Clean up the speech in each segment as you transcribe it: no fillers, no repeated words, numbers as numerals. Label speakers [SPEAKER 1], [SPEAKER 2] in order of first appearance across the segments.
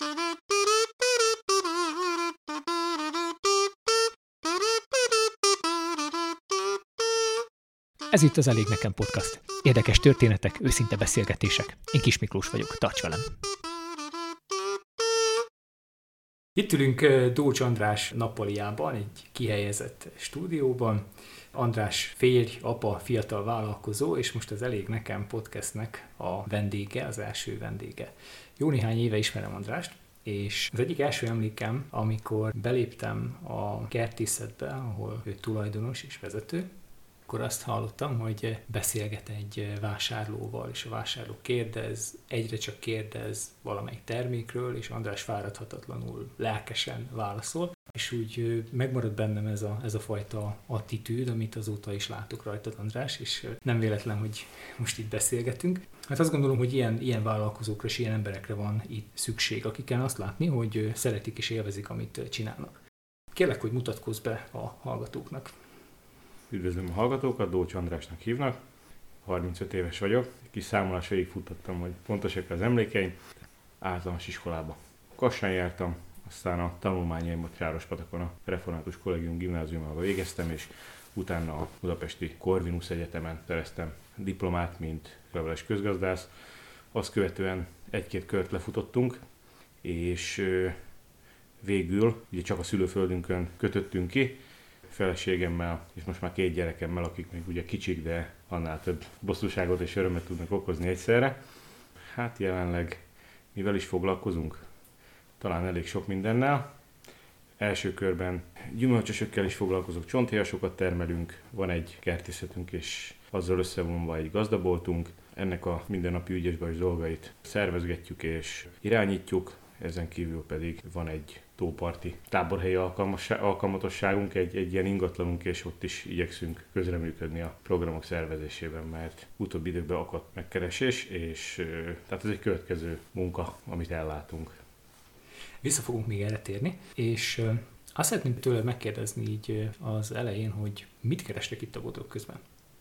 [SPEAKER 1] Ez itt az Elég Nekem Podcast. Érdekes történetek, őszinte beszélgetések. Én Kis Miklós vagyok, tarts velem! Itt ülünk Dócs András nappaliában, egy kihelyezett stúdióban. András férj, apa, fiatal vállalkozó, és most az Elég Nekem Podcastnek a vendége, az első vendége. Jó néhány éve ismerem Andrást, és az egyik első emlékem, amikor beléptem a kertészetbe, ahol ő tulajdonos és vezető, akkor azt hallottam, hogy beszélget egy vásárlóval, és a vásárló egyre csak kérdez valamelyik termékről, és András fáradhatatlanul, lelkesen válaszol, és úgy megmaradt bennem ez a fajta attitűd, amit azóta is látok rajtad, András, és nem véletlen, hogy most itt beszélgetünk. Hát azt gondolom, hogy ilyen vállalkozókra és ilyen emberekre van itt szükség, akikkel azt látni, hogy szeretik és élvezik, amit csinálnak. Kérlek, hogy mutatkozz be a hallgatóknak.
[SPEAKER 2] Üdvözlöm a hallgatókat, Dócs Andrásnak hívnak, 35 éves vagyok, kis számolás végigfuttattam, hogy pontosak az emlékeim, általános iskolába. Kassán jártam, aztán a tanulmányaimat Sárospatakon a Református Kollégium Gimnáziumában végeztem, és utána a budapesti Corvinus Egyetemen szereztem diplomát, mint leveles közgazdász. Azt követően egy-két kört lefutottunk, és végül ugye csak a szülőföldünkön kötöttünk ki, feleségemmel, és most már 2 gyerekemmel, akik még ugye kicsik, de annál több bosszúságot és örömet tudnak okozni egyszerre. Hát jelenleg mivel is foglalkozunk? Talán elég sok mindennel. Első körben gyümölcsösökkel is foglalkozok, csonthéjasokat termelünk, van egy kertészetünk, és azzal összevonva egy gazdaboltunk. Ennek a mindennapi ügyes-bajos dolgait szervezgetjük és irányítjuk. Ezen kívül pedig van egy tóparti táborhelyi alkalmatosságunk, egy ilyen ingatlanunk, és ott is igyekszünk közreműködni a programok szervezésében, mert utóbbi időkben akadt megkeresés, és tehát ez egy következő munka, amit ellátunk.
[SPEAKER 1] Vissza fogunk még erre térni, és azt szeretném tőled megkérdezni így az elején, hogy mit kerestek itt a Bodrog közben?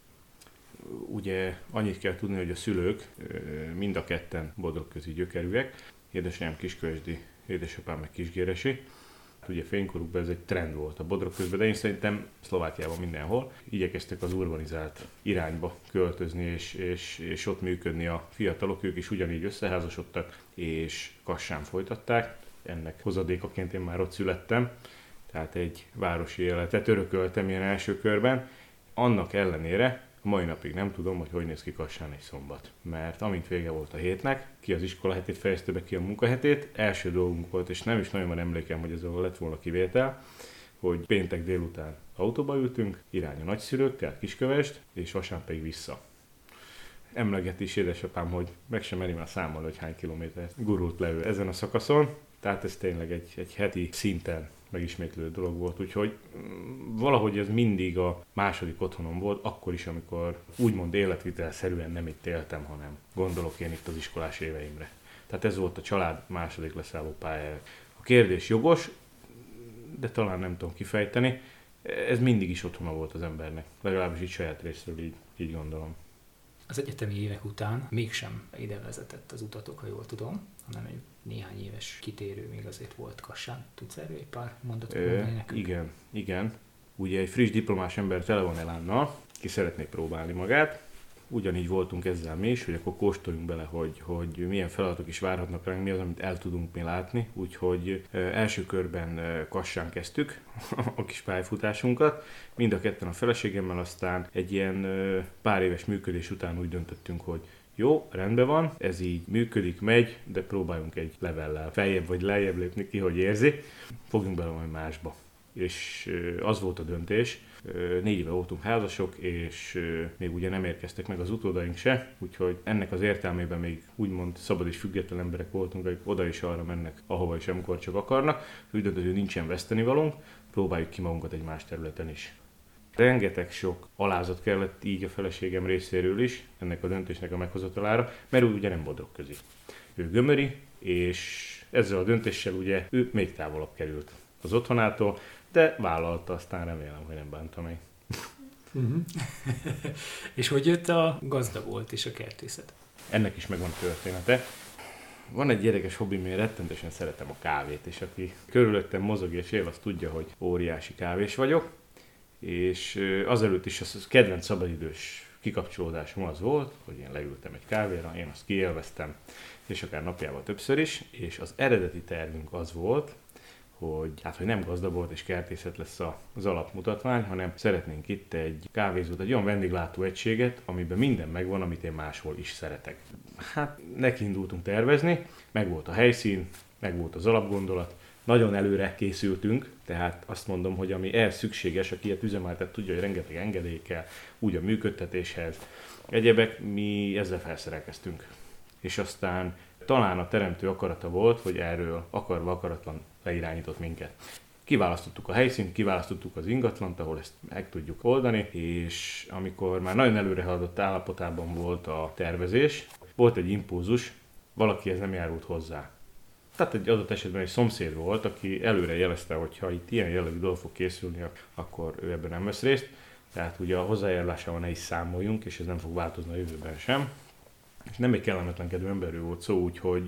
[SPEAKER 2] Ugye annyit kell tudni, hogy a szülők mind a ketten bodrogközi gyökerűek, édesanyám kiskövesdi, édesapám meg kisgéresi. Ugye fénykorukban ez egy trend volt a Bodrog közben, de én szerintem Szlovákiában mindenhol. Igyekeztek az urbanizált irányba költözni, és ott működni a fiatalok, ők is ugyanígy összeházasodtak, és Kassán folytatták. Ennek hozadékaként én már ott születtem, tehát egy városi életet örököltem ilyen első körben. Annak ellenére a mai napig nem tudom, hogy néz ki Kassán egy szombat. Mert amint vége volt a hétnek, ki az iskola hetét fejezte be, ki a munkahetét, első dolgunk volt, és nem is nagyon van emlékem, hogy ezzel lett volna kivétel, hogy péntek délután autóba ültünk, irány a nagyszülők, tehát Kiskövesd, és vasárnap pedig vissza. Emlegeti is édesapám, hogy meg sem meri már számolni, hogy hány kilométert gurult le ő ezen a szakaszon, tehát ez tényleg egy heti szinten megismétlő dolog volt, úgyhogy valahogy ez mindig a második otthonom volt, akkor is, amikor úgymond életvitelszerűen nem itt éltem, hanem gondolok én itt az iskolás éveimre. Tehát ez volt a család második leszálló pályája. A kérdés jogos, de talán nem tudom kifejteni, ez mindig is otthona volt az embernek, legalábbis így saját részről így gondolom.
[SPEAKER 1] Az egyetemi évek után mégsem ide vezetett az utatok, ha jól tudom, hanem egy néhány éves kitérő még azért volt Kassán. Tudsz erről egy pár mondatot mondani nekünk?
[SPEAKER 2] Igen. Ugye egy friss diplomás ember tele van elánnal, ki szeretné próbálni magát. Ugyanígy voltunk ezzel mi is, hogy akkor kóstoljunk bele, hogy milyen feladatok is várhatnak ránk, mi az, amit el tudunk mi látni. Úgyhogy első körben Kassán kezdtük a kis pályafutásunkat. Mind a ketten a feleségemmel, aztán egy ilyen pár éves működés után úgy döntöttünk, hogy jó, rendben van, ez így működik, megy, de próbáljunk egy levellel feljebb vagy lejjebb lépni, ki hogy érzi. Fogjunk bele majd másba. És az volt a döntés. 4 éve voltunk házasok, és még ugye nem érkeztek meg az utódaink se, úgyhogy ennek az értelmében még úgymond szabad és független emberek voltunk, akik oda és arra mennek, ahova és amikor csak akarnak. Úgy döntött, hogy nincsen vesztenivalónk, próbáljuk ki magunkat egy más területen is. Rengeteg sok alázat kellett így a feleségem részéről is ennek a döntésnek a meghozatalára, mert úgy ugye nem bodrogközi. Ő gömöri, és ezzel a döntéssel ugye ő még távolabb került az otthonától, de vállalta, aztán remélem, hogy nem bánta meg.
[SPEAKER 1] És hogy jött a gazdabolt és a kertészet?
[SPEAKER 2] Ennek is megvan története. Van egy érdekes hobbim, én rettentesen szeretem a kávét, és aki körülöttem mozog és él, az tudja, hogy óriási kávés vagyok, és azelőtt is az kedvenc szabadidős kikapcsolódásom az volt, hogy én leültem egy kávéra, én azt kiélveztem, és akár napjában többször is, és az eredeti tervünk az volt, hogy nem gazdabolt és kertészet lesz az alapmutatvány, hanem szeretnénk itt egy kávézót, egy olyan vendéglátó egységet, amiben minden megvan, amit én máshol is szeretek. Nekiindultunk tervezni, meg volt a helyszín, meg volt az alapgondolat, nagyon előre készültünk, tehát azt mondom, hogy ami ehhez szükséges, aki ilyet üzemeltet, tudja, hogy rengeteg engedély kell, úgy a működtetéshez, egyebek, mi ezzel felszerelkeztünk. És aztán talán a teremtő akarata volt, hogy erről akarva akaratlan leirányított minket. Kiválasztottuk a helyszínt, kiválasztottuk az ingatlant, ahol ezt meg tudjuk oldani, és amikor már nagyon előrehaladott állapotában volt a tervezés, volt egy impulzus, valakihez nem járult hozzá. Tehát egy adott esetben egy szomszéd volt, aki előre jelezte, hogy ha itt ilyen jellegű dolog fog készülni, akkor ő ebben nem vesz részt. Tehát ugye a hozzájárulásával ne is számoljunk, és ez nem fog változni a jövőben sem. És nem egy kellemetlenkedő emberről volt szó,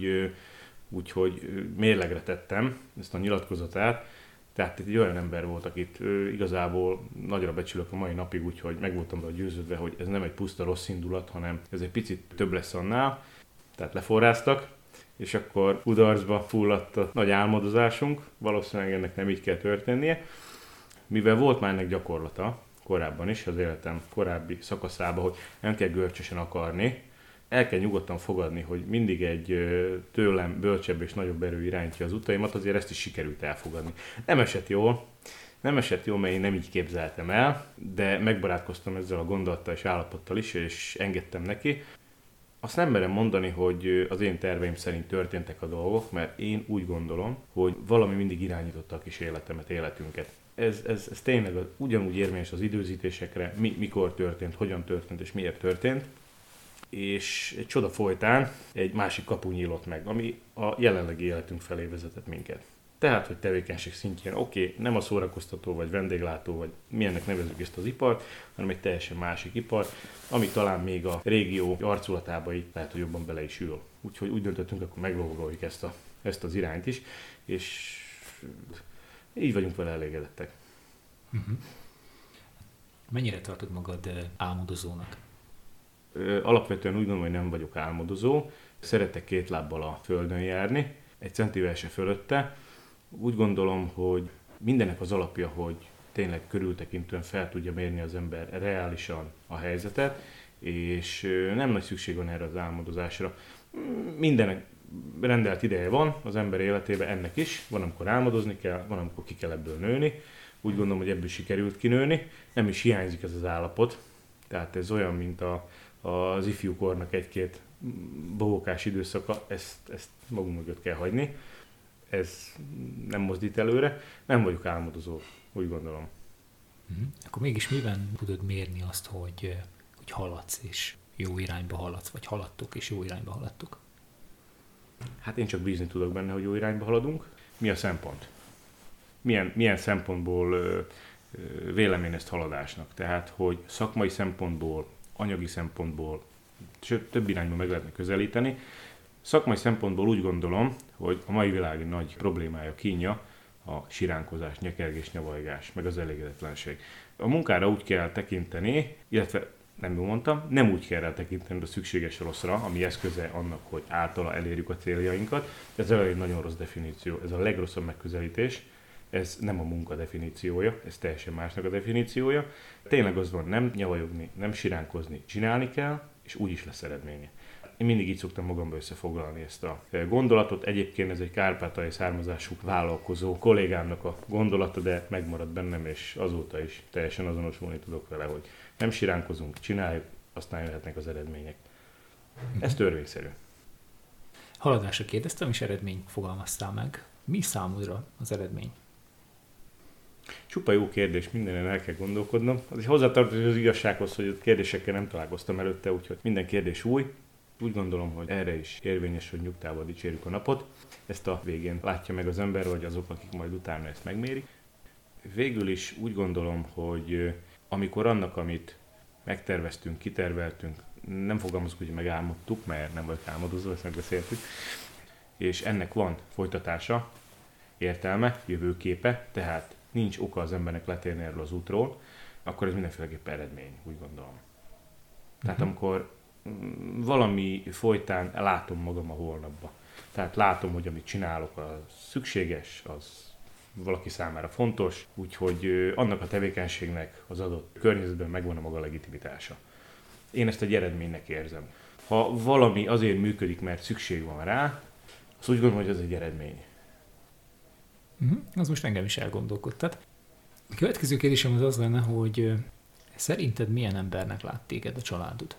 [SPEAKER 2] úgyhogy mérlegre tettem ezt a nyilatkozatát. Tehát egy olyan ember volt, akit igazából nagyra becsülök a mai napig, úgyhogy meg voltam rá győződve, hogy ez nem egy puszta rossz indulat, hanem ez egy picit több lesz annál. Tehát leforráztak, és akkor kudarcba fulladt a nagy álmodozásunk. Valószínűleg ennek nem így kell történnie. Mivel volt már ennek gyakorlata korábban is, az életem korábbi szakaszában, hogy nem kell görcsösen akarni, el kell nyugodtan fogadni, hogy mindig egy tőlem bölcsebb és nagyobb erő irányítja az utaimat, azért ezt is sikerült elfogadni. Nem esett jól, mert én nem így képzeltem el, de megbarátkoztam ezzel a gondolattal és állapottal is, és engedtem neki. Azt nem merem mondani, hogy az én terveim szerint történtek a dolgok, mert én úgy gondolom, hogy valami mindig irányította a kis életemet, életünket. Ez tényleg ugyanúgy érvényes az időzítésekre, mikor történt, hogyan történt és miért történt. És egy csoda folytán egy másik kapu nyílott meg, ami a jelenlegi életünk felé vezetett minket. Tehát, hogy tevékenység szintjén nem a szórakoztató vagy vendéglátó, vagy milyennek nevezzük ezt az ipart, hanem egy teljesen másik ipar, ami talán még a régió arculatába így lehet, hogy jobban bele is ül. Úgyhogy úgy döntöttünk, akkor meglovagoljuk ezt az irányt is, és így vagyunk vele elégedettek.
[SPEAKER 1] Uh-huh. Mennyire tartod magad álmodozónak?
[SPEAKER 2] Alapvetően úgy gondolom, hogy nem vagyok álmodozó. Szeretek két lábbal a földön járni, egy centivel se fölötte. Úgy gondolom, hogy mindennek az alapja, hogy tényleg körültekintően fel tudja mérni az ember reálisan a helyzetet, és nem nagy szükség van erre az álmodozásra. Mindenek rendelt ideje van az ember életében, ennek is. Van, amikor álmodozni kell, van, amikor ki kell ebből nőni. Úgy gondolom, hogy ebből sikerült kinőni. Nem is hiányzik ez az állapot. Tehát ez olyan, mint az ifjúkornak egy-két bohókás időszaka, ezt magunk mögött kell hagyni. Ez nem mozdít előre. Nem vagyok álmodozó, úgy gondolom.
[SPEAKER 1] Akkor mégis miben tudod mérni azt, hogy haladsz és jó irányba haladsz, vagy haladtok és jó irányba haladtok?
[SPEAKER 2] Én csak bízni tudok benne, hogy jó irányba haladunk. Mi a szempont? Milyen szempontból vélem én ezt haladásnak? Tehát, hogy szakmai szempontból, anyagi szempontból, sőt, több irányban meg lehetne közelíteni. Szakmai szempontból úgy gondolom, hogy a mai világ nagy problémája, kínja a siránkozás, nyekergés, nyavajgás, meg az elégedetlenség. A munkára úgy kell tekinteni, illetve nem úgy kell rá tekinteni a szükséges rosszra, ami eszköze annak, hogy általa elérjük a céljainkat. Ez egy nagyon rossz definíció, ez a legrosszabb megközelítés. Ez nem a munka definíciója, ez teljesen másnak a definíciója. Tényleg az van, nem nyavajogni, nem siránkozni, csinálni kell, és úgy is lesz eredménye. Én mindig így szoktam magamba összefoglalni ezt a gondolatot. Egyébként ez egy kárpátaljai származású vállalkozó kollégámnak a gondolata, de megmaradt bennem, és azóta is teljesen azonosulni tudok vele, hogy nem siránkozunk, csináljuk, aztán jöhetnek az eredmények. Ez törvényszerű.
[SPEAKER 1] Haladásra kérdeztem, és eredményt fogalmaztál meg. Mi számodra az eredmény?
[SPEAKER 2] Csupa jó kérdés, mindenen el kell gondolkodnom. Azért hozzátartozik az igazsághoz, hogy a kérdésekkel nem találkoztam előtte, úgyhogy minden kérdés új. Úgy gondolom, hogy erre is érvényes, hogy nyugtával dicsérjük a napot. Ezt a végén látja meg az ember, vagy azok, akik majd utána ezt megmérik. Végül is úgy gondolom, hogy amikor annak, amit megterveztünk, kiterveltünk, nem fogalmazunk, hogy megálmodtuk, mert nem vagyok álmodozó, ezt megbeszéltük. és ennek van folytatása, értelme, jövőképe, tehát nincs oka az embernek letérni erről az útról, akkor ez mindenféleképpen eredmény, úgy gondolom. Tehát amikor valami folytán látom magam a holnapba. Tehát látom, hogy amit csinálok, az szükséges, az valaki számára fontos, úgyhogy annak a tevékenységnek az adott környezetben megvan a maga legitimitása. Én ezt egy eredménynek érzem. Ha valami azért működik, mert szükség van rá, azt úgy gondolom, hogy ez egy eredmény.
[SPEAKER 1] Az most engem is elgondolkodtat. A következő kérdésem az lenne, hogy szerinted milyen embernek lát téged a családod?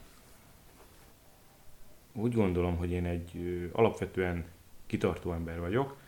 [SPEAKER 2] Úgy gondolom, hogy én egy alapvetően kitartó ember vagyok.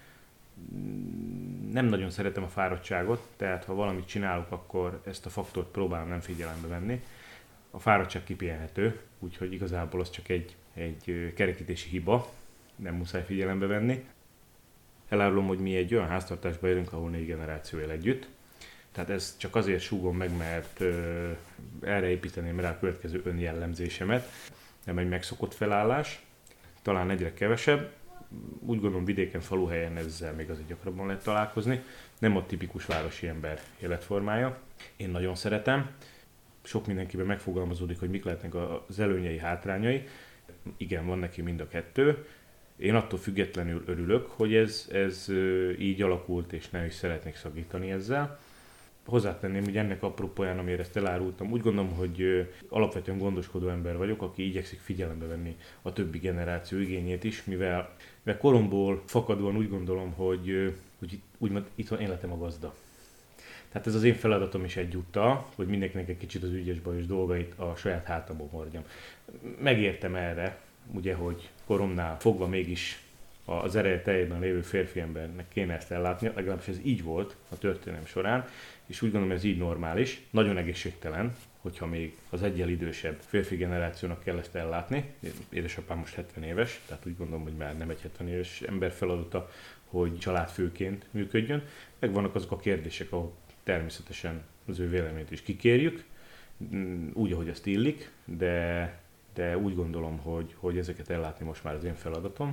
[SPEAKER 2] Nem nagyon szeretem a fáradtságot, tehát ha valamit csinálok, akkor ezt a faktort próbálom nem figyelembe venni. A fáradtság kipihenhető, úgyhogy igazából az csak egy kerekítési hiba, nem muszáj figyelembe venni. Elárulom, hogy mi egy olyan háztartásba élünk, ahol 4 generáció él együtt. Tehát ezt csak azért súgom meg, mert erre építeném rá a következő önjellemzésemet. Nem egy megszokott felállás, talán egyre kevesebb. Úgy gondolom, vidéken, faluhelyen ezzel még azért gyakrabban lehet találkozni. Nem a tipikus városi ember életformája. Én nagyon szeretem. Sok mindenkiben megfogalmazódik, hogy mik lehetnek az előnyei, hátrányai. Igen, van neki mind a kettő. Én attól függetlenül örülök, hogy ez így alakult, és nem is szeretnék szakítani ezzel. Hozzátenném, hogy ennek apropóján, amire ezt elárultam, úgy gondolom, hogy alapvetően gondoskodó ember vagyok, aki igyekszik figyelembe venni a többi generáció igényét is, mivel koromból fakadóan úgy gondolom, hogy úgymond itt van életem a gazda. Tehát ez az én feladatom is egyúttal, hogy mindenkinek egy kicsit az ügyes-bajos dolgait a saját hátamon hordjam. Megértem erre, ugye, hogy koromnál fogva mégis az ereje teljében lévő férfi embernek kéne ezt ellátni, legalábbis ez így volt a történelem során, és úgy gondolom, ez így normális, nagyon egészségtelen, hogyha még az eggyel idősebb férfi generációnak kell ezt ellátni. Édesapám most 70 éves, tehát úgy gondolom, hogy már nem egy 70 éves ember feladata, hogy családfőként működjön. Meg vannak azok a kérdések, ahol természetesen az ő véleményét is kikérjük, úgy, ahogy ezt illik, de úgy gondolom, hogy ezeket ellátni most már az én feladatom.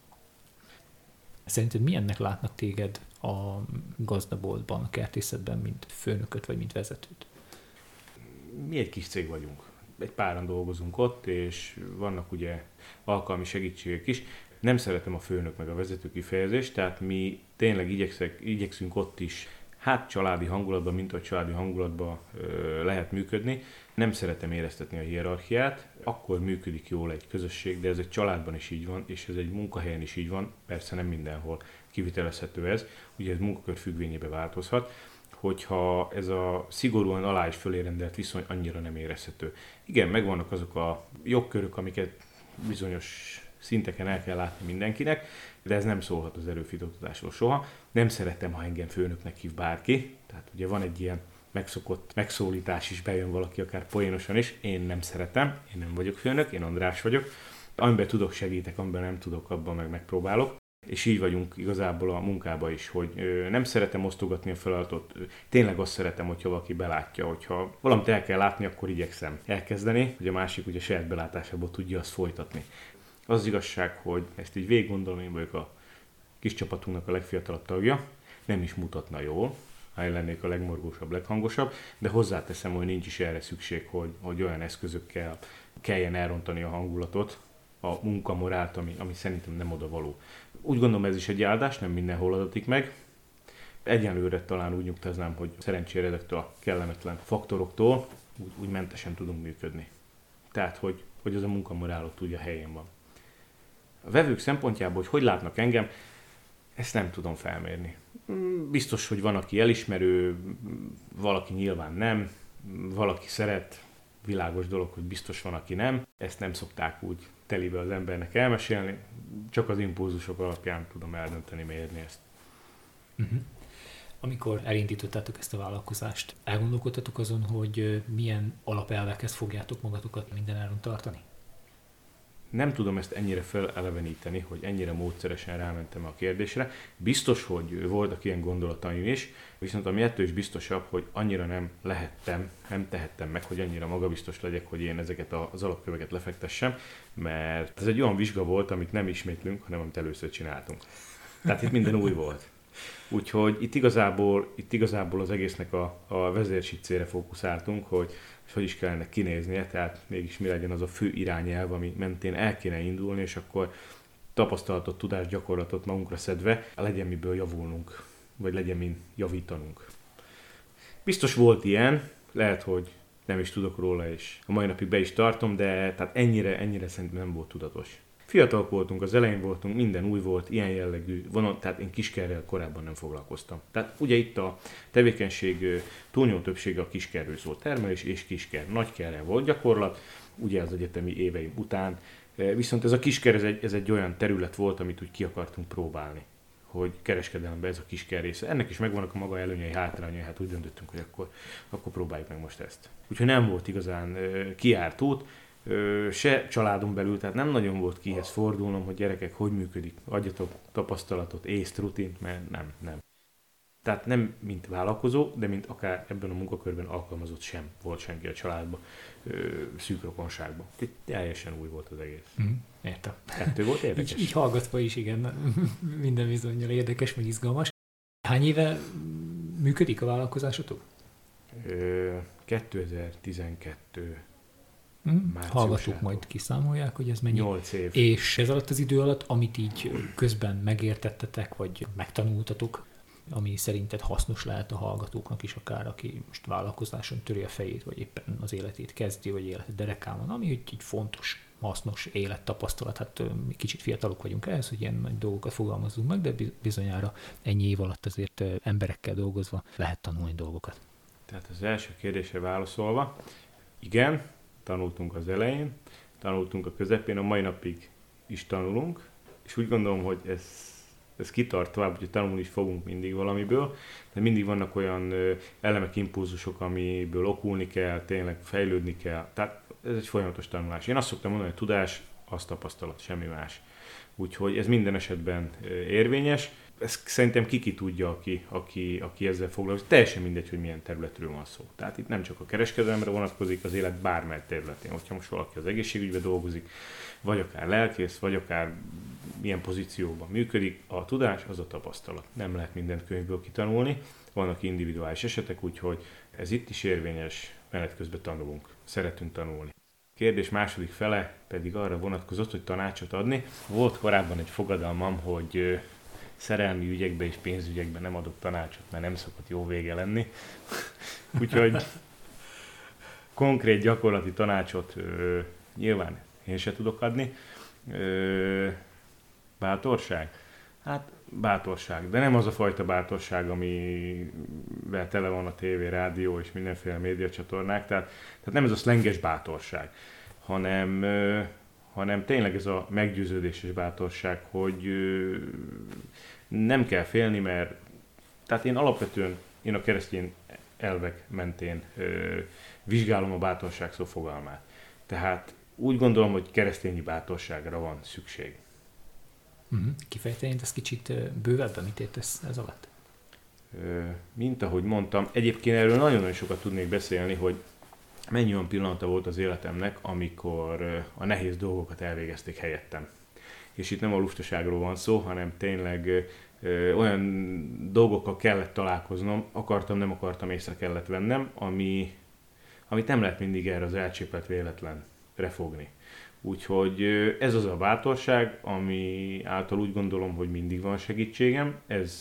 [SPEAKER 1] Szerinted milyennek látnak téged a gazdaboltban, a kertészetben, mint főnököt vagy mint vezetőt?
[SPEAKER 2] Mi egy kis cég vagyunk. Egy páran dolgozunk ott, és vannak ugye alkalmi segítségek is. Nem szeretem a főnök meg a vezető kifejezést, tehát mi tényleg igyekszünk ott is családi hangulatban, mint ahogy családi hangulatban lehet működni. Nem szeretem éreztetni a hierarchiát, akkor működik jól egy közösség, de ez egy családban is így van, és ez egy munkahelyen is így van, persze nem mindenhol kivitelezhető ez, ugye ez munkakör függvényében változhat, hogyha ez a szigorúan alá és fölé rendelt viszony annyira nem érezhető. Igen, megvannak azok a jogkörök, amiket bizonyos szinteken el kell látni mindenkinek, de ez nem szólhat az erőfitoktatásról soha. Nem szeretem, ha engem főnöknek hív bárki, tehát ugye van egy ilyen megszokott megszólítás is, bejön valaki akár poénosan is, én nem szeretem, én nem vagyok főnök, én András vagyok. Amiben tudok, segítek, amiben nem tudok, abban meg megpróbálok. És így vagyunk igazából a munkában is, hogy nem szeretem osztogatni a feladatot, tényleg azt szeretem, hogyha valaki belátja, hogyha valamit el kell látni, akkor igyekszem elkezdeni, hogy a másik ugye saját belátásából tudja azt folytatni. Az igazság, hogy ezt így végig gondolom, én vagyok a kis csapatunknak a legfiatalabb tagja, nem is mutatna jól, ha én lennék a legmorgósabb, leghangosabb, de hozzáteszem, hogy nincs is erre szükség, hogy olyan eszközökkel kelljen elrontani a hangulatot, a munkamorált, ami szerintem nem oda való. Úgy gondolom, ez is egy áldás, nem mindenhol adatik meg. Egyenlőre talán úgy nyugtaznám, hogy szerencsére ezektől a kellemetlen faktoroktól úgy mentesen tudunk működni. Tehát, hogy az a munkamorál ott ugye helyén van. A vevők szempontjából, hogy látnak engem, ezt nem tudom felmérni. Biztos, hogy van, aki elismerő, valaki nyilván nem, valaki szeret, világos dolog, hogy biztos van, aki nem. Ezt nem szokták úgy telibe az embernek elmesélni, csak az impulzusok alapján tudom eldönteni, mérni ezt.
[SPEAKER 1] Amikor elindítottátok ezt a vállalkozást, elgondolkodtatok azon, hogy milyen alapelvekhez fogjátok magatokat minden áron tartani?
[SPEAKER 2] nem tudom ezt ennyire feleleveníteni, hogy ennyire módszeresen rámentem a kérdésre. Biztos, hogy voltak ilyen gondolataim is, viszont ami ettől is biztosabb, hogy annyira nem tehettem meg, hogy annyira magabiztos legyek, hogy én ezeket az alapköveket lefektessem, mert ez egy olyan vizsga volt, amit nem ismétlünk, hanem amit először csináltunk. Tehát itt minden új volt. Úgyhogy itt igazából az egésznek a vezérsítcére fókuszáltunk, hogy is kellene kinéznie, tehát mégis mi legyen az a fő irányelv, ami mentén el kéne indulni, és akkor tapasztalatot, tudást, gyakorlatot magunkra szedve legyen miből javulnunk, vagy legyen min javítanunk. Biztos volt ilyen, lehet, hogy nem is tudok róla, és a mai napig be is tartom, de tehát ennyire szerintem nem volt tudatos. Fiatalok voltunk, az elején voltunk, minden új volt, ilyen jellegű vonal, tehát én kiskerrel korábban nem foglalkoztam. Tehát ugye itt a tevékenység túlnyomó többsége a kiskerről szólt, termelés és kisker. Nagykerrel volt gyakorlat, ugye az egyetemi éveim után, viszont ez a kisker, ez egy olyan terület volt, amit úgy ki akartunk próbálni, hogy kereskedelemben ez a kisker része. Ennek is megvannak a maga előnyei, hátrányai, hát úgy döntöttünk, hogy akkor próbáljuk meg most ezt. Úgyhogy nem volt igazán kijárt út, se családon belül, tehát nem nagyon volt kihez fordulnom, hogy gyerekek, hogy működik, adjatok tapasztalatot, észt, rutint, mert nem. Tehát nem mint vállalkozó, de mint akár ebben a munkakörben alkalmazott sem volt senki a családban, szűk rokonságban. Teljesen új volt az egész.
[SPEAKER 1] Értem.
[SPEAKER 2] Ettől volt érdekes.
[SPEAKER 1] Így hallgatva is, igen, minden bizonnyal érdekes, meg izgalmas. Hány éve működik a vállalkozásotok?
[SPEAKER 2] 2012
[SPEAKER 1] Hallgatók majd kiszámolják, hogy ez mennyi.
[SPEAKER 2] 8 év.
[SPEAKER 1] És ez alatt az idő alatt, amit így közben megértettetek, vagy megtanultatok, ami szerinted hasznos lehet a hallgatóknak is, akár aki most vállalkozáson töri a fejét, vagy éppen az életét kezdi, vagy élete derekán van, ami így fontos, hasznos élettapasztalat. Hát kicsit fiatalok vagyunk ehhez, hogy ilyen nagy dolgokat fogalmazzunk meg, de bizonyára ennyi év alatt azért emberekkel dolgozva lehet tanulni dolgokat.
[SPEAKER 2] Tehát az első kérdésre válaszolva, igen, tanultunk az elején, tanultunk a közepén, a mai napig is tanulunk, és úgy gondolom, hogy ez kitart tovább, hogy tanulni is fogunk mindig valamiből, de mindig vannak olyan elemek, impulzusok, amiből okulni kell, tényleg fejlődni kell, tehát ez egy folyamatos tanulás. Én azt szoktam mondani, hogy tudás, az tapasztalat, semmi más. Úgyhogy ez minden esetben érvényes. Ezt szerintem ki tudja, aki ezzel foglalkozik. Teljesen mindegy, hogy milyen területről van szó. Tehát itt nem csak a kereskedelemre vonatkozik, az élet bármely területén. Hogyha most valaki az egészségügyben dolgozik, vagy akár lelkész, vagy akár milyen pozícióban működik, a tudás az a tapasztalat. Nem lehet mindent könyvből kitanulni, vannak individuális esetek, úgyhogy ez itt is érvényes, menet közben tanulunk, szeretünk tanulni. Kérdés második fele pedig arra vonatkozott, hogy tanácsot adni. Volt korábban egy fogadalmam, hogy szerelmi ügyekben és pénzügyekben nem adok tanácsot, mert nem szokott jó vége lenni. Úgyhogy konkrét gyakorlati tanácsot nyilván én se tudok adni. Bátorság? Hát bátorság, de nem az a fajta bátorság, amivel tele van a tévé, rádió és mindenféle médiacsatornák, tehát nem ez a szlenges bátorság, hanem tényleg ez a meggyőződéses bátorság, hogy nem kell félni, mert tehát én alapvetően a keresztény elvek mentén vizsgálom a bátorság szó fogalmát. Tehát úgy gondolom, hogy keresztényi bátorságra van szükség.
[SPEAKER 1] Kifejteni ezt kicsit bővebben, mit értesz ez alatt?
[SPEAKER 2] Mint ahogy mondtam, egyébként erről nagyon-nagyon sokat tudnék beszélni, hogy mennyi olyan pillanata volt az életemnek, amikor a nehéz dolgokat elvégezték helyettem. És itt nem a lustaságról van szó, hanem tényleg olyan dolgokkal kellett találkoznom, akartam, nem akartam, észre kellett vennem, amit nem lehet mindig erre az elcsépelt véletlenre fogni. Úgyhogy ez az a bátorság, ami által úgy gondolom, hogy mindig van segítségem,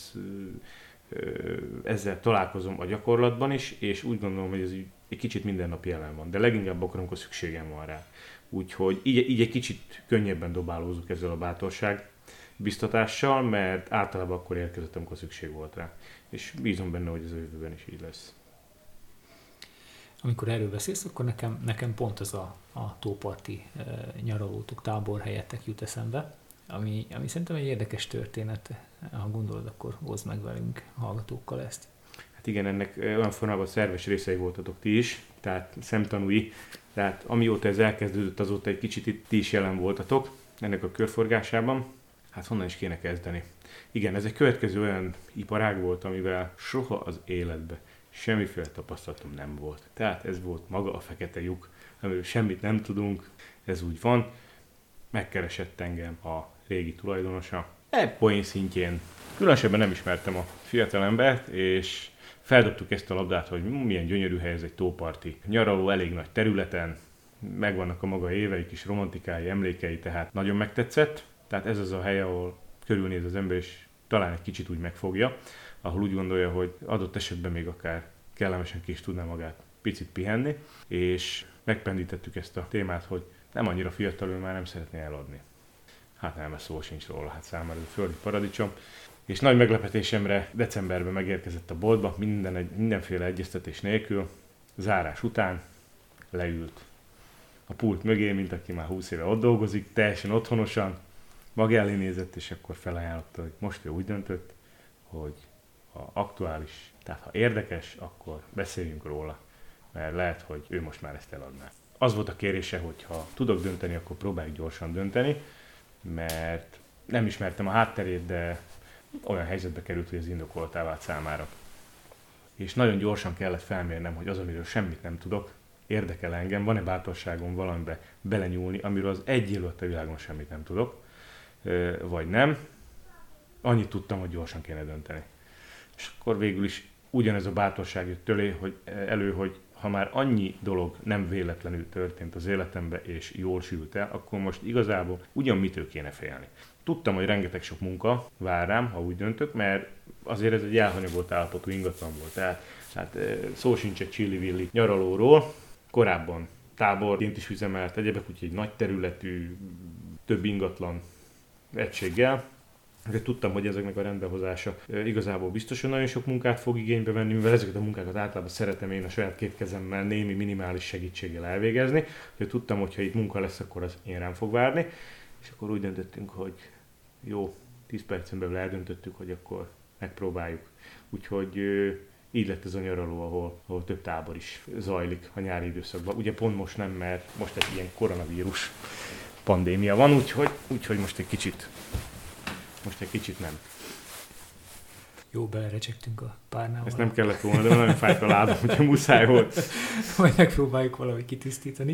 [SPEAKER 2] ezzel találkozom a gyakorlatban is, és úgy gondolom, hogy ez egy kicsit minden nap jelen van, de leginkább akkor, amikor szükségem van rá. Úgyhogy így egy kicsit könnyebben dobálózok ezzel a bátorság biztatással, mert általában akkor érkezett, amikor szükség volt rá. És bízom benne, hogy ez a jövőben is így lesz.
[SPEAKER 1] Amikor erről beszélsz, akkor nekem pont ez a tóparti nyaralótok, táborhelyetek jut eszembe, ami szerintem egy érdekes történet. Ha gondolod, akkor hozd meg velünk hallgatókkal ezt.
[SPEAKER 2] Hát igen, ennek olyan formában szerves részei voltatok ti is, tehát szemtanúi, tehát amióta ez elkezdődött, azóta egy kicsit itt ti is jelen voltatok ennek a körforgásában. Hát honnan is kéne kezdeni? Igen, ez egy következő olyan iparág volt, amivel soha az életben semmiféle tapasztalatom nem volt. Tehát ez volt maga a fekete lyuk, amiről semmit nem tudunk, ez úgy van. Megkeresett engem a régi tulajdonosa. Poén szintjén különösebben nem ismertem a fiatalembert, és feldobtuk ezt a labdát, hogy milyen gyönyörű hely ez, egy tóparti nyaraló, elég nagy területen, megvannak a maga évei, kis romantikái, emlékei, tehát nagyon megtetszett. Tehát ez az a hely, ahol körülnéz az ember, és talán egy kicsit úgy megfogja, ahol úgy gondolja, hogy adott esetben még akár kellemesen ki is tudná magát picit pihenni, és megpendítettük ezt a témát, hogy nem annyira fiatal, ő már nem szeretné eladni. Hát nem, ez szó sincs róla, hát számára ez a földi paradicsom. És nagy meglepetésemre decemberben megérkezett a boltba, mindenféle egyeztetés nélkül, zárás után leült a pult mögé, mint aki már 20 éve ott dolgozik, teljesen otthonosan, maga elé nézett, és akkor felajánlotta, hogy most ő úgy döntött, hogy ha aktuális, tehát ha érdekes, akkor beszéljünk róla, mert lehet, hogy ő most már ezt eladná. Az volt a kérése, hogy ha tudok dönteni, akkor próbáljuk gyorsan dönteni, mert nem ismertem a hátterét, de olyan helyzetbe került, hogy ez indokoltá vált számára. És nagyon gyorsan kellett felmérnem, hogy az, amiről semmit nem tudok, érdekel engem, van-e bátorságom valamibe belenyúlni, amiről az egy élőtt a világon semmit nem tudok, vagy nem. Annyit tudtam, hogy gyorsan kéne dönteni. És akkor végül is ugyanez a bátorság jött elő, hogy ha már annyi dolog nem véletlenül történt az életemben, és jól sült el, akkor most igazából ugyan mitől kéne félni. Tudtam, hogy rengeteg sok munka vár rám, ha úgy döntök, mert azért ez egy elhanyagolt állapotú ingatlan volt. Tehát szó sincs egy csillivilli nyaralóról. Korábban táborként is üzemelt egyebek, úgyhogy egy nagy területű, több ingatlan egységgel. De tudtam, hogy ezeknek a rendbehozása igazából biztosan nagyon sok munkát fog igénybe venni, mivel ezeket a munkákat általában szeretem én a saját két kezemmel némi minimális segítséggel elvégezni. Úgyhogy tudtam, hogy ha itt munka lesz, akkor az én rám fog várni. És akkor úgy döntöttünk, hogy jó, 10 percen belül eldöntöttük, hogy akkor megpróbáljuk. Úgyhogy így lett ez a nyaraló, ahol több tábor is zajlik a nyári időszakban. Ugye pont most nem, mert most egy ilyen koronavírus pandémia van, úgyhogy most egy kicsit nem.
[SPEAKER 1] Jó, belerecsektünk a párnával.
[SPEAKER 2] Ezt nem kellett volna, de nagyon fájt a lábam, úgyhogy muszáj volt.
[SPEAKER 1] Majd megpróbáljuk valahogy kitisztítani.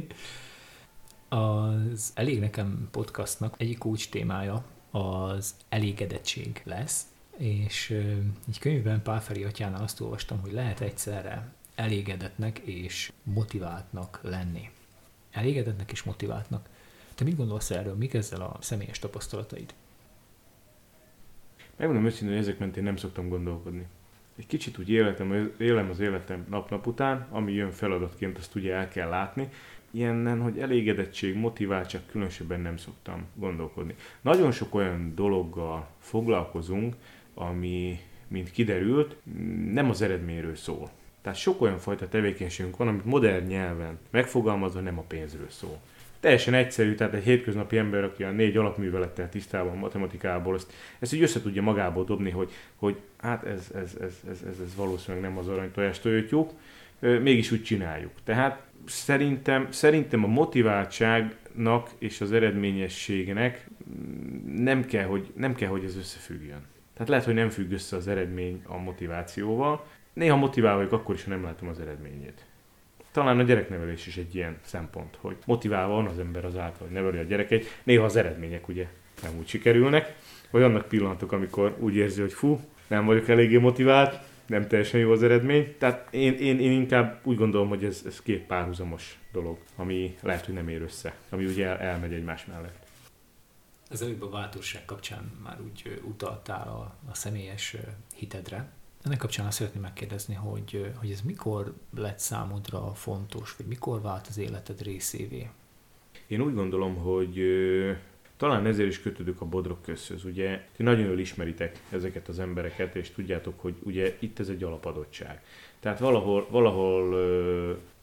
[SPEAKER 1] Az Elég Nekem podcastnak egyik kulcs témája az elégedettség lesz, és egy könyvben Pál Feri atyánál azt olvastam, hogy lehet egyszerre elégedetnek és motiváltnak lenni. Elégedetnek és motiváltnak. Te mit gondolsz erről? Mik ezzel a személyes tapasztalataid?
[SPEAKER 2] Megmondom őszintén, hogy ezek mentén nem szoktam gondolkodni. Egy kicsit úgy élem az életem nap-nap után, ami jön feladatként, azt ugye el kell látni. Ilyenen, hogy elégedettség, motiváltság, különösebben nem szoktam gondolkodni. Nagyon sok olyan dologgal foglalkozunk, ami, mint kiderült, nem az eredményről szól. Tehát sok olyan fajta tevékenységünk van, amit modern nyelven megfogalmazva nem a pénzről szól. Teljesen egyszerű, tehát egy hétköznapi ember, aki a 4 alapművelettel tisztában a matematikából, ezt így össze tudja magából dobni, hogy hát ez valószínűleg nem az aranytojás tojótyúk, mégis úgy csináljuk. Tehát szerintem a motiváltságnak és az eredményességnek nem kell, hogy ez összefüggjön. Tehát lehet, hogy nem függ össze az eredmény a motivációval. Néha motiválva vagyok akkor is, ha nem látom az eredményét. Talán a gyereknevelés is egy ilyen szempont, hogy motiválva van az ember azáltal, hogy neveli a gyerekeit. Néha az eredmények ugye nem úgy sikerülnek, vagy annak pillanatok, amikor úgy érzi, hogy fú, nem vagyok eléggé motivált, nem teljesen jó az eredmény. Tehát én inkább úgy gondolom, hogy ez két párhuzamos dolog, ami lehet, hogy nem ér össze, ami ugye elmegy egymás mellett.
[SPEAKER 1] Az előbb a bátorság kapcsán már úgy utaltál a személyes hitedre. Ennek kapcsán azt szeretném megkérdezni, hogy ez mikor lett számodra fontos, vagy mikor vált az életed részévé?
[SPEAKER 2] Én úgy gondolom, hogy talán ezért is kötődök a Bodrog Közhöz. Ugye ti nagyon jól ismeritek ezeket az embereket, és tudjátok, hogy ugye itt ez egy alapadottság. Tehát valahol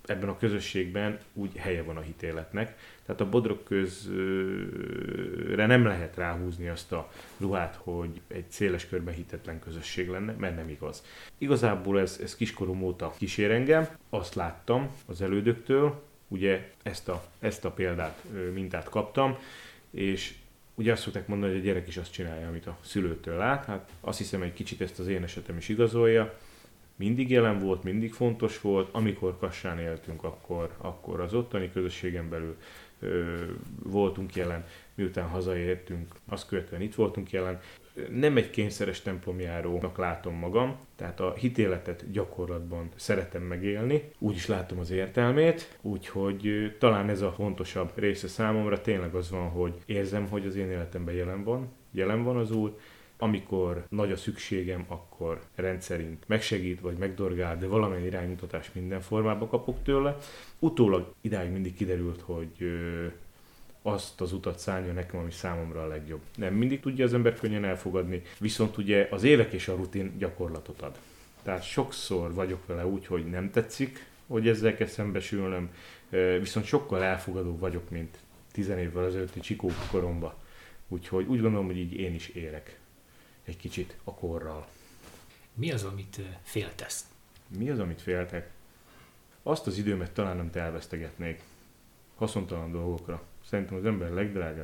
[SPEAKER 2] ebben a közösségben úgy helye van a hitéletnek. Tehát a Bodrogközre nem lehet ráhúzni azt a ruhát, hogy egy széles körben hitetlen közösség lenne, mert nem igaz. Igazából ez kiskorúm óta kísér engem, azt láttam az elődöktől, ugye ezt a példát, mintát kaptam, és ugye azt szokták mondani, hogy a gyerek is azt csinálja, amit a szülőtől lát. Hát azt hiszem, egy kicsit ezt az én esetem is igazolja. Mindig jelen volt, mindig fontos volt. Amikor Kassán éltünk, akkor az ottani közösségen belül voltunk jelen. Miután hazaértünk, azt követően itt voltunk jelen. Nem egy kényszeres templomjárónak látom magam, tehát a hitéletet gyakorlatban szeretem megélni, úgy is látom az értelmét, úgyhogy talán ez a fontosabb része számomra. Tényleg az van, hogy érzem, hogy az én életemben jelen van az Úr. Amikor nagy a szükségem, akkor rendszerint megsegít vagy megdorgál, de valamilyen iránymutatás minden formában kapok tőle. Utólag idáig mindig kiderült, hogy azt az utat szállja nekem, ami számomra a legjobb. Nem mindig tudja az ember könnyen elfogadni, viszont ugye az évek és a rutin gyakorlatot ad. Tehát sokszor vagyok vele úgy, hogy nem tetszik, hogy ezzel kell szembesülnöm, viszont sokkal elfogadóbb vagyok, mint 10 évvel ezelőtti csikó koromban. Úgyhogy úgy gondolom, hogy így én is élek egy kicsit a korral.
[SPEAKER 1] Mi az, amit féltesz?
[SPEAKER 2] Mi az, amit féltek? Azt az időmet talán nem elvesztegetnék haszontalan dolgokra. Szerintem az ember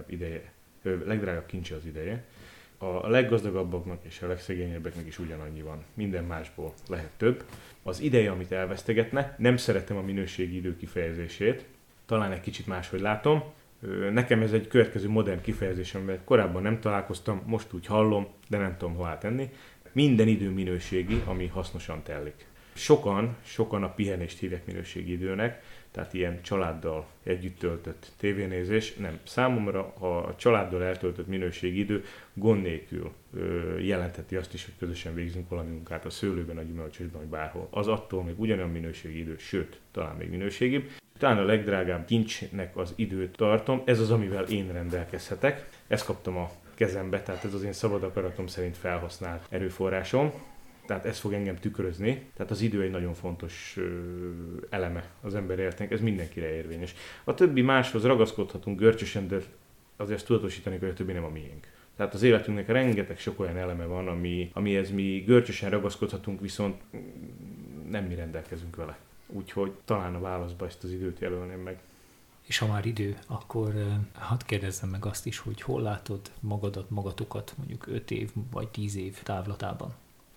[SPEAKER 2] legdrágább kincse az ideje. A leggazdagabbaknak és a legszegényebbeknek is ugyanannyi van. Minden másból lehet több. Az ideje, amit elvesztegetne, nem szeretem a minőségi idő kifejezését. Talán egy kicsit máshogy látom. Nekem ez egy következő modern kifejezés, amivel korábban nem találkoztam, most úgy hallom, de nem tudom hová tenni. Minden idő minőségi, ami hasznosan telik. Sokan a pihenést hívják minőségi időnek, tehát ilyen családdal együtt töltött tévénézés. Nem, számomra a családdal eltöltött minőségi idő gond nélkül jelentheti azt is, hogy közösen végzünk valami munkát a szőlőben, a gyümölcsösben, vagy bárhol. Az attól még ugyanolyan minőségi idő, sőt, talán még minőségibb. Talán a legdrágább kincsnek az időt tartom, ez az, amivel én rendelkezhetek. Ezt kaptam a kezembe, tehát ez az én szabad akaratom szerint felhasznált erőforrásom. Tehát ez fog engem tükrözni. Tehát az idő egy nagyon fontos eleme az ember életének, ez mindenkire érvényes. A többi máshoz ragaszkodhatunk görcsösen, de azért tudatosítani, hogy a többi nem a miénk. Tehát az életünknek rengeteg sok olyan eleme van, amihez mi görcsösen ragaszkodhatunk, viszont nem mi rendelkezünk vele. Úgyhogy talán a válaszba ezt az időt jelölném meg.
[SPEAKER 1] És ha már idő, akkor hadd kérdezzem meg azt is, hogy hol látod magatokat mondjuk 5 év vagy 10 év távlatában?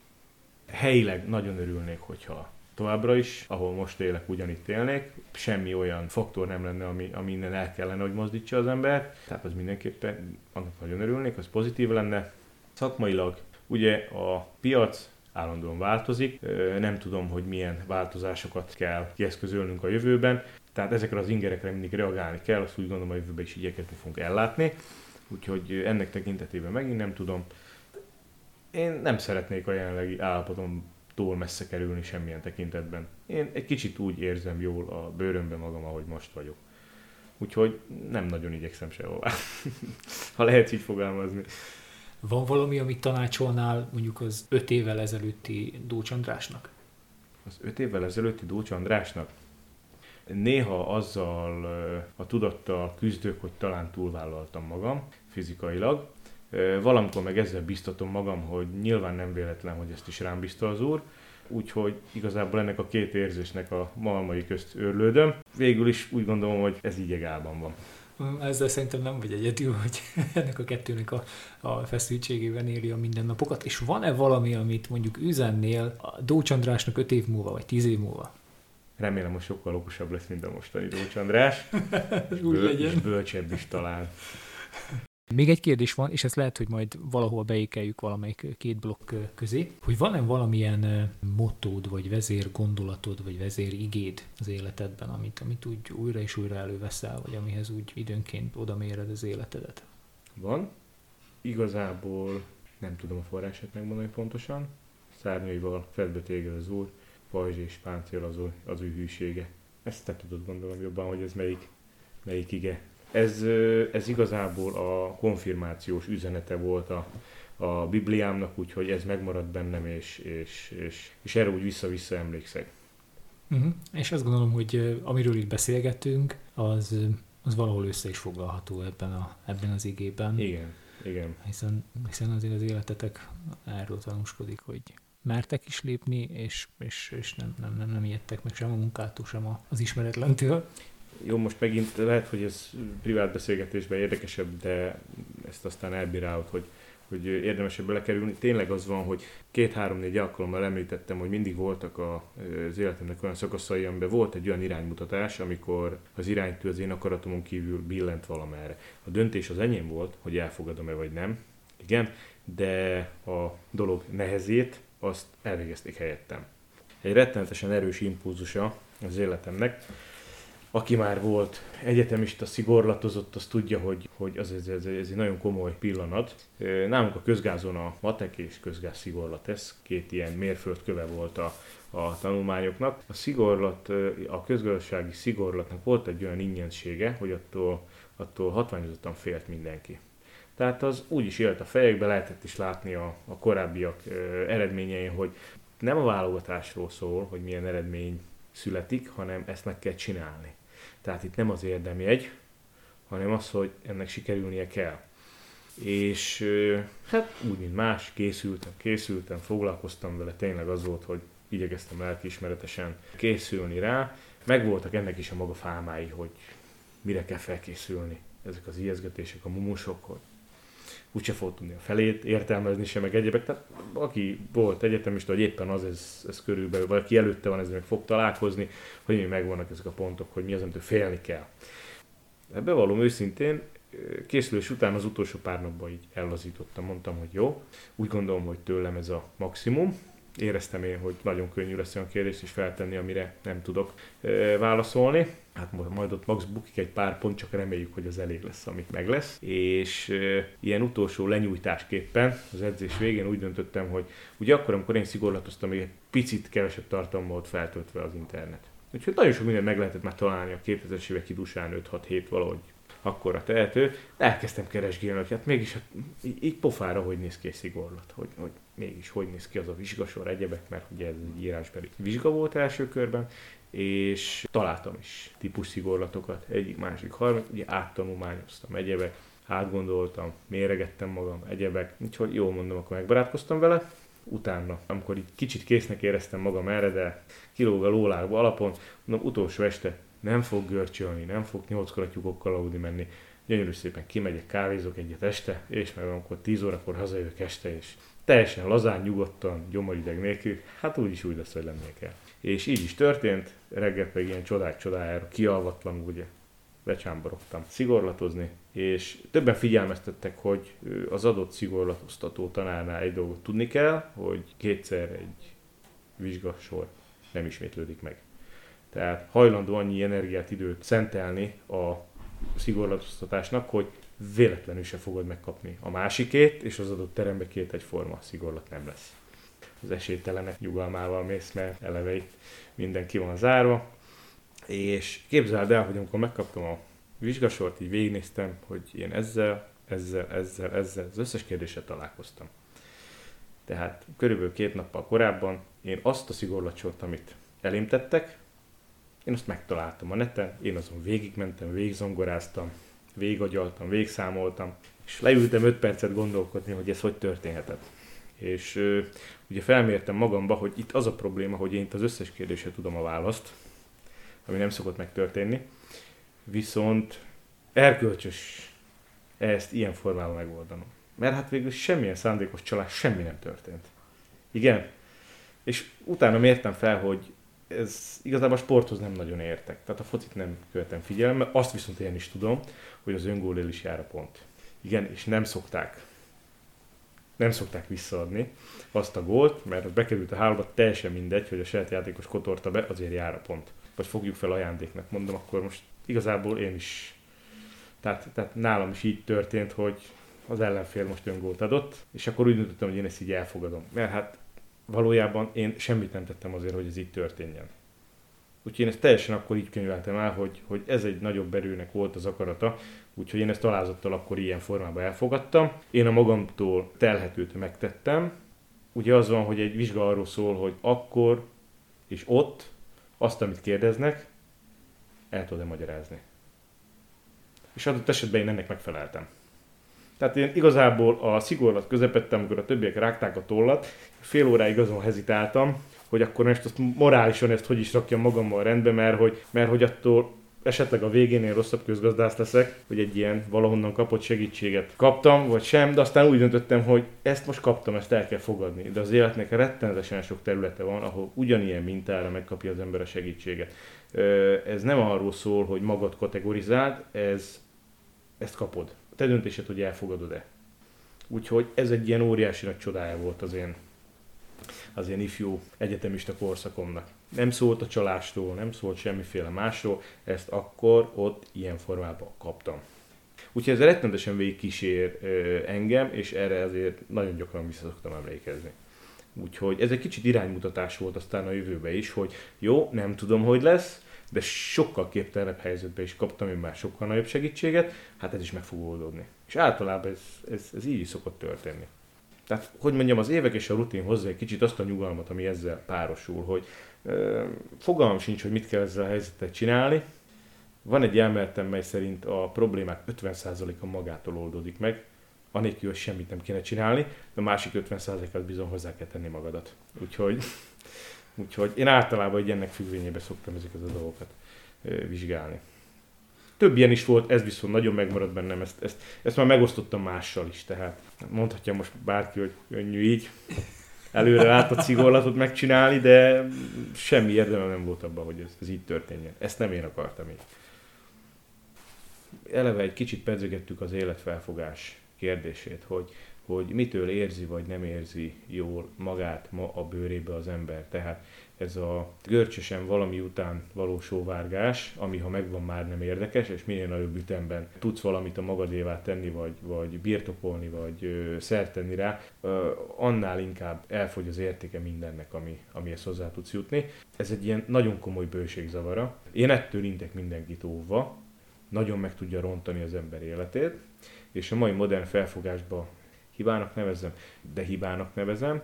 [SPEAKER 2] Helyileg nagyon örülnék, hogyha továbbra is, ahol most élek, ugyanitt élnék. Semmi olyan faktor nem lenne, ami innen el kellene, hogy mozdítsa az embert. Tehát az mindenképpen, annak nagyon örülnék, az pozitív lenne. Szakmailag ugye a piac állandóan változik, nem tudom, hogy milyen változásokat kell kieszközölnünk a jövőben, tehát ezekre az ingerekre mindig reagálni kell, azt úgy gondolom, a jövőben is igyekezni fogunk ellátni, úgyhogy ennek tekintetében megint nem tudom. Én nem szeretnék a jelenlegi állapotomtól messze kerülni semmilyen tekintetben. Én egy kicsit úgy érzem jól a bőrömben magam, ahogy most vagyok. Úgyhogy nem nagyon igyekszem sehová, ha lehet így fogalmazni.
[SPEAKER 1] Van valami, amit tanácsolnál mondjuk az 5 évvel ezelőtti Dócs Andrásnak?
[SPEAKER 2] Az 5 évvel ezelőtti Dócs Andrásnak? Néha azzal a tudattal küzdök, hogy talán túlvállaltam magam fizikailag. Valamikor meg ezzel biztatom magam, hogy nyilván nem véletlen, hogy ezt is rám bízta az Úr. Úgyhogy igazából ennek a két érzésnek a malmai közt őrlődöm. Végül is úgy gondolom, hogy ez így egálban van.
[SPEAKER 1] Ezzel szerintem nem vagy egyedül, hogy ennek a kettőnek a feszültségében éli a mindennapokat. És van-e valami, amit mondjuk üzennél a Dócs Andrásnak 5 év múlva, vagy 10 év múlva?
[SPEAKER 2] Remélem, hogy sokkal okosabb lesz, mint a mostani Dócs András. És bölcsebb is talán.
[SPEAKER 1] Még egy kérdés van, és ezt lehet, hogy majd valahol beékeljük valamelyik 2 blokk közé, hogy van-e valamilyen mottód, vagy vezérgondolatod, vagy vezérigéd az életedben, amit úgy újra és újra előveszel, vagy amihez úgy időnként odaméred az életedet?
[SPEAKER 2] Van. Igazából nem tudom a forrását megmondani pontosan. Szárnyaival fedbe téged az Úr, pajzs és páncél az ő hűsége. Ezt te tudod, gondolom jobban, hogy ez melyik ige. Ez igazából a konfirmációs üzenete volt a Bibliámnak, úgyhogy ez megmaradt bennem, és erre úgy vissza-vissza emlékszek.
[SPEAKER 1] És azt gondolom, hogy amiről itt beszélgetünk, az valahol össze is foglalható ebben az igében.
[SPEAKER 2] Igen.
[SPEAKER 1] Hiszen azért az életetek erről tanúskodik, hogy mertek is lépni, és nem ijedtek meg sem a munkától, sem az ismeretlentől.
[SPEAKER 2] Jó, most megint lehet, hogy ez privát beszélgetésben érdekesebb, de ezt aztán elbírálod, hogy érdemesebb belekerülni. Tényleg az van, hogy 2-3-4 alkalommal említettem, hogy mindig voltak az életemnek olyan szakaszai, amiben volt egy olyan iránymutatás, amikor az iránytű az én akaratomon kívül billent valamerre. A döntés az enyém volt, hogy elfogadom-e vagy nem. Igen, de a dolog nehezét azt elvégezték helyettem. Egy rettenetesen erős impulzusa az életemnek. Aki már volt egyetemista, szigorlatozott, az tudja, hogy ez egy nagyon komoly pillanat. Nálunk a közgázon a matek és közgáz szigorlat, ez két ilyen mérföldköve volt a tanulmányoknak. A közgazdasági szigorlatnak volt egy olyan ingyensége, hogy attól hatványozottan félt mindenki. Tehát az úgy is élt a fejekbe, lehetett is látni a korábbiak eredményein, hogy nem a válogatásról szól, hogy milyen eredmény születik, hanem ezt meg kell csinálni. Tehát itt nem az érdemjegy, hanem az, hogy ennek sikerülnie kell. És hát úgy, mint más, készültem, foglalkoztam vele, tényleg az volt, hogy igyekeztem lelkiismeretesen készülni rá. Megvoltak ennek is a maga fámái, hogy mire kell felkészülni. Ezek az ijeszgetések, a mumusok, hogy úgyse fog tudni a felét értelmezni se, meg egyébek. Tehát aki volt egyetemista, hogy éppen az ez körülbelül, vagy aki előtte van, ezzel meg fog találkozni, hogy még megvannak ezek a pontok, hogy mi az, amitől félni kell. Bevallom őszintén, készülés után az utolsó pár napban így ellazítottam, mondtam, hogy jó, úgy gondolom, hogy tőlem ez a maximum. Éreztem én, hogy nagyon könnyű lesz olyan kérdést is feltenni, amire nem tudok válaszolni. Hát majd ott max bukik egy pár pont, csak reméljük, hogy az elég lesz, amit meg lesz. És ilyen utolsó lenyújtásképpen az edzés végén úgy döntöttem, hogy ugye akkor, amikor én szigorlatoztam, még egy picit kevesebb tartalma volt feltöltve az internet. Úgyhogy nagyon sok mindent meg lehetett már találni a 2000-es évek idusán, 5-6-7 valahogy akkorra tehető. Elkezdtem keresgélni, hogy hát mégis így pofára hogy néz ki egy szigorlat, hogy mégis hogy néz ki az a vizsgasor, egyebek, mert ugye ez egy írásbeli vizsga volt első körben, és találtam is típus szigorlatokat, egyik, másik, harmadik, ugye áttanulmányoztam, egyebek, átgondoltam, méregettem magam, egyebek, úgyhogy jól mondom, akkor megbarátkoztam vele. Utána, amikor így kicsit késznek éreztem magam erre, de kilóg a lólágba alapon, mondom, utolsó este nem fog görcsölni, nem fog 8-kor a tyúkokkal aludni menni. Gyönyörű szépen kimegyek, kávézok egyet este, és meg amikor 10 órakor hazajövök este, és teljesen lazán, nyugodtan, gyomorideg nélkül, hát úgyis úgy lesz, hogy lennék el. És így is történt, reggel pedig ilyen csodák csodájára, kialvatlanul ugye becsámborogtam szigorlatozni, és többen figyelmeztettek, hogy az adott szigorlatoztató tanárnál egy dolgot tudni kell, hogy kétszer egy vizsgasor nem ismétlődik meg. Tehát hajlandó annyi energiát, időt szentelni a szigorlatoztatásnak, hogy véletlenül se fogod megkapni a másikét, és az adott terembe két egyforma szigorlat nem lesz. Az esélytelenek nyugalmával mész, mert eleve itt mindenki van zárva. És képzeld el, hogy amikor megkaptam a vizsgasort, így végignéztem, hogy én ezzel az összes kérdéssel találkoztam. Tehát körülbelül 2 nappal korábban én azt a szigorlatsort, amit elém tettek, én azt megtaláltam a neten, én azon végigmentem, végigzongoráztam, végigagyaltam, végigszámoltam, és leültem 5 percet gondolkodni, hogy ez hogy történhetett. És ugye felmértem magamba, hogy itt az a probléma, hogy én itt az összes kérdésre tudom a választ, ami nem szokott megtörténni, viszont erkölcsös ezt ilyen formában megoldanom. Mert hát végül semmilyen szándékos csalás, semmi nem történt. Igen? És utána mértem fel, hogy ez igazából a sporthoz nem nagyon értek. Tehát a focit nem követem figyelemmel, azt viszont én is tudom, hogy az öngólnél is jár a pont. Igen, és nem szokták visszaadni azt a gólt, mert bekerült a hálóba, teljesen mindegy, hogy a saját játékos kotorta be, azért jár a pont. Vagy fogjuk fel ajándéknak, mondom, akkor most igazából én is, tehát nálam is így történt, hogy az ellenfél most öngólt adott, és akkor úgy döntöttem, hogy én ezt így elfogadom. Mert hát valójában én semmit nem tettem azért, hogy ez így történjen. Úgyhogy én ezt teljesen akkor így könyveltem el, hogy ez egy nagyobb erőnek volt az akarata, úgyhogy én ezt alázattal akkor ilyen formában elfogadtam. Én a magamtól telhetőt megtettem. Ugye az van, hogy egy vizsga arról szól, hogy akkor és ott azt, amit kérdeznek, el tudod magyarázni. És adott esetben én ennek megfeleltem. Tehát én igazából a szigorlat közepette, amikor a többiek rágták a tollat, fél óráig azon hezitáltam, hogy akkor most azt morálisan ezt hogy is rakjam magammal rendbe, mert hogy attól esetleg a végén én rosszabb közgazdász leszek, hogy egy ilyen valahonnan kapott segítséget kaptam, vagy sem, de aztán úgy döntöttem, hogy ezt most kaptam, ezt el kell fogadni. De az életnek rettenetesen sok területe van, ahol ugyanilyen mintára megkapja az ember a segítséget. Ez nem arról szól, hogy magad kategorizáld, ezt kapod. A te döntésed, hogy elfogadod-e. Úgyhogy ez egy ilyen óriási nagy csodája volt az én ifjú egyetemista korszakomnak. Nem szólt a csalástól, nem szólt semmiféle másról, ezt akkor ott ilyen formában kaptam. Úgyhogy ez rettenetesen végigkísér engem, és erre azért nagyon gyakran vissza szoktam emlékezni. Úgyhogy ez egy kicsit iránymutatás volt aztán a jövőbe is, hogy jó, nem tudom, hogy lesz, de sokkal képtelenebb helyzetben is kaptam én már sokkal nagyobb segítséget, hát ez is meg fog oldódni. És általában ez így is szokott történni. Tehát, hogy mondjam, az évek és a rutin hozzá egy kicsit azt a nyugalmat, ami ezzel párosul, hogy fogalmam sincs, hogy mit kell ezzel a helyzettel csinálni. Van egy elméletem, mely szerint a problémák 50%-a magától oldódik meg, anélkül, hogy semmit nem kéne csinálni, de a másik 50%-at bizony hozzá kell tenni magadat. Úgyhogy én általában egy ennek függvényében szoktam ezeket a dolgokat vizsgálni. Több ilyen is volt, ez viszont nagyon megmaradt bennem, ezt már megosztottam mással is, tehát mondhatja most bárki, hogy könnyű így előre látott szigorlatot megcsinálni, de semmi érdemem nem volt abban, hogy ez így történjen. Ezt nem én akartam így. Eleve egy kicsit pedzegettük az életfelfogás kérdését, hogy mitől érzi vagy nem érzi jól magát ma a bőrébe az ember. Tehát ez a görcsösen valami után való sóvárgás, ami ha megvan már nem érdekes, és minél nagyobb ütemben tudsz valamit a magadévá tenni, vagy birtokolni, vagy szert tenni rá, annál inkább elfogy az értéke mindennek, amihez hozzá tudsz jutni. Ez egy ilyen nagyon komoly bőségzavara. Én ettől intek mindenkit óvva, nagyon meg tudja rontani az ember életét, és a mai modern felfogásban hibának nevezem,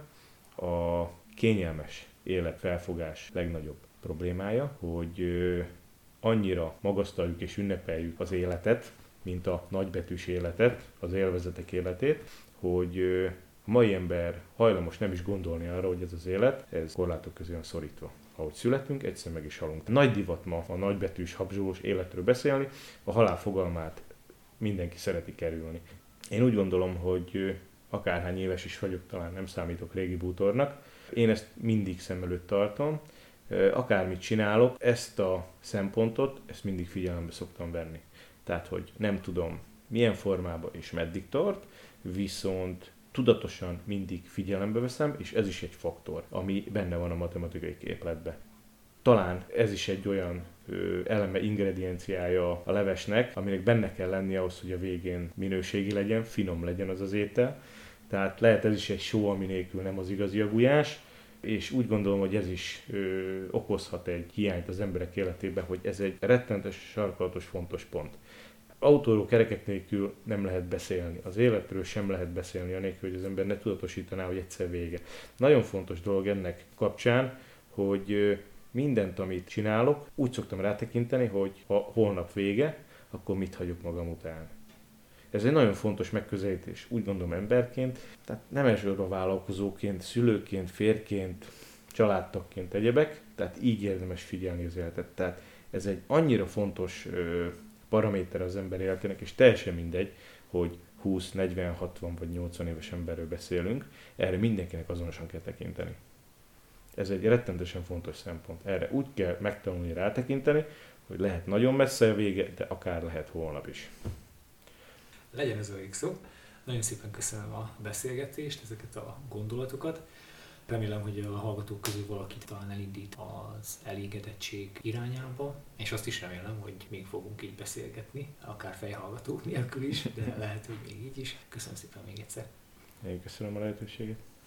[SPEAKER 2] a kényelmes életfelfogás legnagyobb problémája, hogy annyira magasztaljuk és ünnepeljük az életet, mint a nagybetűs életet, az élvezetek életét, hogy a mai ember hajlamos nem is gondolni arra, hogy ez az élet, ez korlátok közé van szorítva. Ahogy születünk, egyszer meg is halunk. Nagy divat ma a nagybetűs, habzsolós életről beszélni, a halál fogalmát mindenki szereti kerülni. Én úgy gondolom, hogy akárhány éves is vagyok, talán nem számítok régi bútornak, én ezt mindig szem előtt tartom, akármit csinálok, ezt a szempontot, ezt mindig figyelembe szoktam venni. Tehát, hogy nem tudom milyen formában és meddig tart, viszont tudatosan mindig figyelembe veszem, és ez is egy faktor, ami benne van a matematikai képletben. Talán ez is egy olyan eleme, ingredienciája a levesnek, aminek benne kell lenni ahhoz, hogy a végén minőségi legyen, finom legyen az étel. Tehát lehet ez is egy só, ami nélkül nem az igazi a gulyás, és úgy gondolom, hogy ez is okozhat egy hiányt az emberek életében, hogy ez egy rettenetes, sarkalatos, fontos pont. Autóról, kerekek nélkül nem lehet beszélni. Az életről sem lehet beszélni, anélkül, hogy az ember ne tudatosítaná, hogy egyszer vége. Nagyon fontos dolog ennek kapcsán, hogy mindent, amit csinálok, úgy szoktam rátekinteni, hogy ha holnap vége, akkor mit hagyok magam után. Ez egy nagyon fontos megközelítés, úgy gondolom emberként, tehát nem elsősorban vállalkozóként, szülőként, férként, családtagként egyebek, tehát így érdemes figyelni az életet. Tehát ez egy annyira fontos paraméter az ember életének, és teljesen mindegy, hogy 20, 40, 60 vagy 80 éves emberről beszélünk, erre mindenkinek azonosan kell tekinteni. Ez egy rettenetesen fontos szempont. Erre úgy kell megtanulni rátekinteni, hogy lehet nagyon messze a vége, de akár lehet holnap is.
[SPEAKER 1] Legyen ez a végszó. Nagyon szépen köszönöm a beszélgetést, ezeket a gondolatokat. Remélem, hogy a hallgatók közül valakit talán elindít az elégedettség irányába, és azt is remélem, hogy még fogunk így beszélgetni, akár fejhallgatók nélkül is, de lehet, hogy még így is. Köszönöm szépen még egyszer.
[SPEAKER 2] Én köszönöm a lehetőséget.